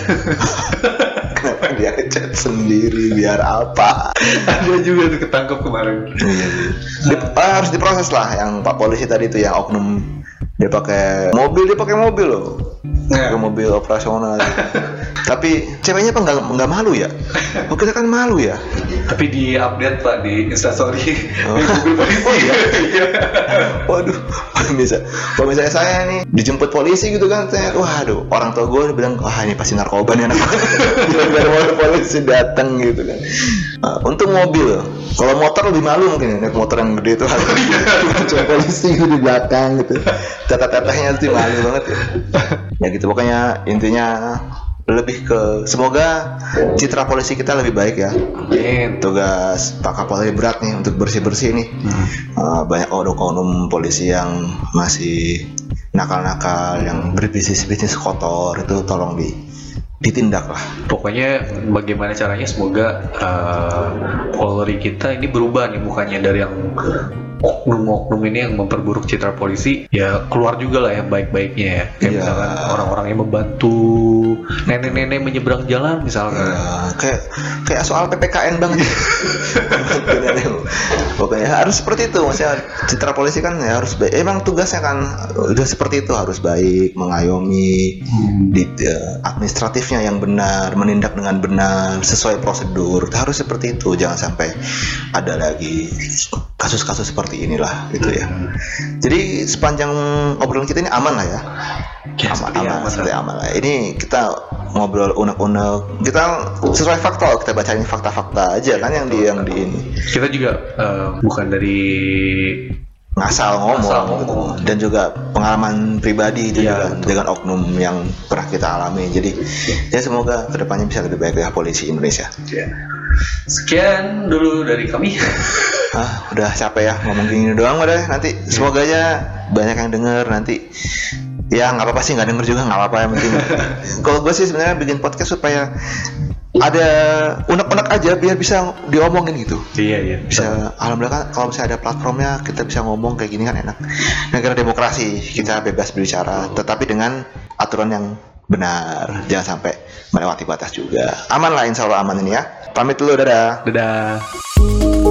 Kenapa dia ngecat sendiri biar apa? Ada juga tuh ketangkep kemarin. Di, ah, harus diproses lah yang Pak polisi tadi tuh yang oknum dia pakai mobil, dia pakai mobil loh, pakai yeah. mobil operasional. Tapi ceweknya apa nggak nggak malu ya? Oh kita kan malu ya. Tapi di update Pak di Instastory oh. mobil polisi. Oh, iya? Waduh, bisa. Kalau misalnya saya nih dijemput polisi gitu kan, saya, waduh, orang tua gue bilang, wah ini pasti narkoba nih anak. Biar mobil polisi datang gitu kan. Nah, untuk mobil, kalau motor lebih malu mungkin ya, naik motor yang gede itu harus cewek polisi gitu di belakang gitu. Tata-tatanya tuh malu banget ya. Ya gitu pokoknya intinya lebih ke semoga citra polisi kita lebih baik ya. Amin. Tugas Pak Kapolri berat nih untuk bersih-bersih nih. Hmm. Uh, banyak oknum polisi yang masih nakal-nakal, yang berbisnis-bisnis kotor itu tolong di ditindak lah. Pokoknya bagaimana caranya semoga uh, Polri kita ini berubah nih, bukannya dari yang oknum-oknum ini yang memperburuk citra polisi, ya keluar juga lah yang baik-baiknya ya. Kayak yeah. misalkan orang-orang yang membantu nenek-nenek menyeberang jalan misalkan. Yeah. Kayak kayak soal P P K N banget. Pokoknya harus seperti itu. Maksudnya citra polisi kan ya harus baik. Emang tugasnya kan udah seperti itu, harus baik, mengayomi, hmm. di uh, administratifnya yang benar, menindak dengan benar sesuai prosedur. Harus seperti itu. Jangan sampai ada lagi kasus-kasus seperti inilah gitu ya. Jadi sepanjang obrolan kita ini aman lah ya. Ya aman, aman, aman, seperti aman lah. Ini kita ngobrol unek-unek, kita sesuai fakta, kita bacain fakta-fakta aja kan yang di yang di ini. Kita juga uh, bukan dari ngasal ngomong, ngasal gitu. ngomong Dan juga pengalaman pribadi itu ya, juga dengan oknum yang pernah kita alami. Jadi ya semoga kedepannya bisa lebih baik ya polisi Indonesia. Ya. Sekian dulu dari kami. Ah, udah capek ya ngomong gini doang udah. Nanti semoga aja banyak yang denger nanti. Ya nggak apa-apa sih, nggak denger juga nggak apa-apa, yang penting. Kalau gue sih sebenarnya bikin podcast supaya ada unek-unek aja biar bisa diomongin gitu. Iya iya. Bisa, alhamdulillah kan kalau misalnya ada platformnya kita bisa ngomong kayak gini kan enak. Negara demokrasi kita bebas berbicara, tetapi dengan aturan yang benar, jangan sampai melewati batas juga. Aman lah, insya Allah aman ini ya. Pamit dulu, dadah. Dadah.